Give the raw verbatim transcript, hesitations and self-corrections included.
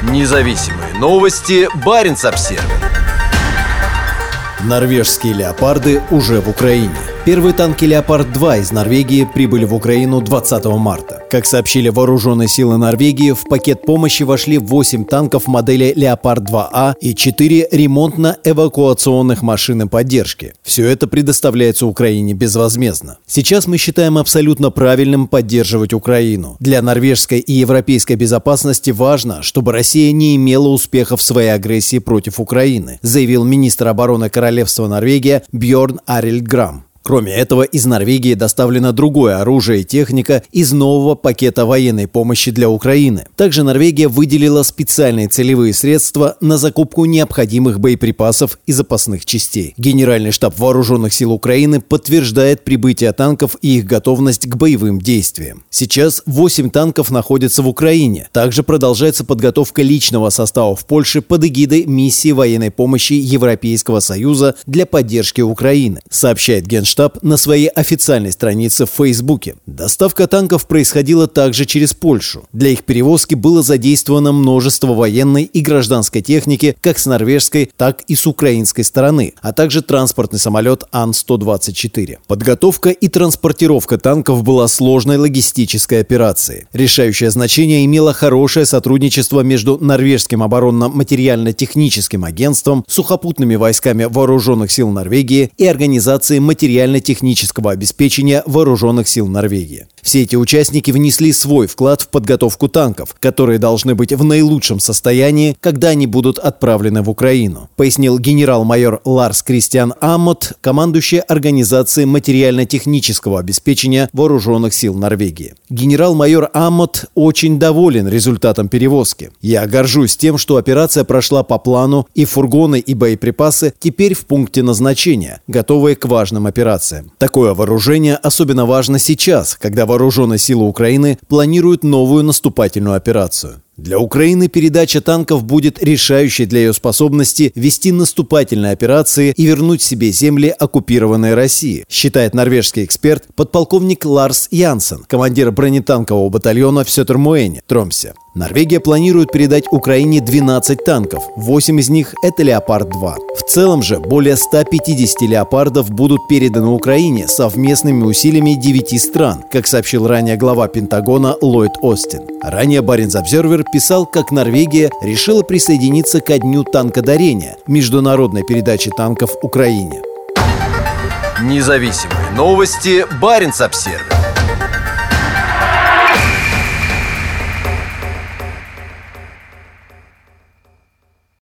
Независимые новости. Баренц-Обсервер. Норвежские леопарды уже в Украине. Первые танки «Леопард-два» из Норвегии прибыли в Украину двадцатого марта. Как сообщили вооруженные силы Норвегии, в пакет помощи вошли восемь танков модели «Леопард-два А» и четыре ремонтно-эвакуационных машины поддержки. Все это предоставляется Украине безвозмездно. Сейчас мы считаем абсолютно правильным поддерживать Украину. Для норвежской и европейской безопасности важно, чтобы Россия не имела успеха в своей агрессии против Украины, заявил министр обороны Королевства Норвегия Бьорн Арильд Грам. Кроме этого, из Норвегии доставлено другое оружие и техника из нового пакета военной помощи для Украины. Также Норвегия выделила специальные целевые средства на закупку необходимых боеприпасов и запасных частей. Генеральный штаб Вооруженных сил Украины подтверждает прибытие танков и их готовность к боевым действиям. Сейчас восемь танков находятся в Украине. Также продолжается подготовка личного состава в Польше под эгидой миссии военной помощи Европейского Союза для поддержки Украины, сообщает Генштаб на своей официальной странице в Фейсбуке. Доставка танков происходила также через Польшу. Для их перевозки было задействовано множество военной и гражданской техники как с норвежской, так и с украинской стороны, а также транспортный самолет Ан сто двадцать четыре. Подготовка и транспортировка танков была сложной логистической операцией. Решающее значение имело хорошее сотрудничество между Норвежским оборонно-материально-техническим агентством, сухопутными войсками Вооруженных сил Норвегии и организацией материально технического обеспечения Вооруженных сил Норвегии. Все эти участники внесли свой вклад в подготовку танков, которые должны быть в наилучшем состоянии, когда они будут отправлены в Украину, пояснил генерал-майор Ларс Кристиан Аммот, командующий организацией материально-технического обеспечения Вооруженных сил Норвегии. Генерал-майор Аммот очень доволен результатом перевозки. «Я горжусь тем, что операция прошла по плану, и фургоны и боеприпасы теперь в пункте назначения, готовые к важным операциям. Такое вооружение особенно важно сейчас, когда вооруженные силы Украины планируют новую наступательную операцию. Для Украины передача танков будет решающей для ее способности вести наступательные операции и вернуть себе земли, оккупированные Россией, считает норвежский эксперт подполковник Ларс Янсен, командир бронетанкового батальона в Сётермоэне, Тромсе. Норвегия планирует передать Украине двенадцать танков, восемь из них – это «Леопард-два». В целом же более ста пятидесяти «Леопардов» будут переданы Украине совместными усилиями девяти стран, как сообщил ранее глава Пентагона Ллойд Остин. Ранее Баренц-Обсервер писал, как Норвегия решила присоединиться ко Дню танкодарения – международной передаче танков Украине. Независимые новости. Баренц-Обсервер.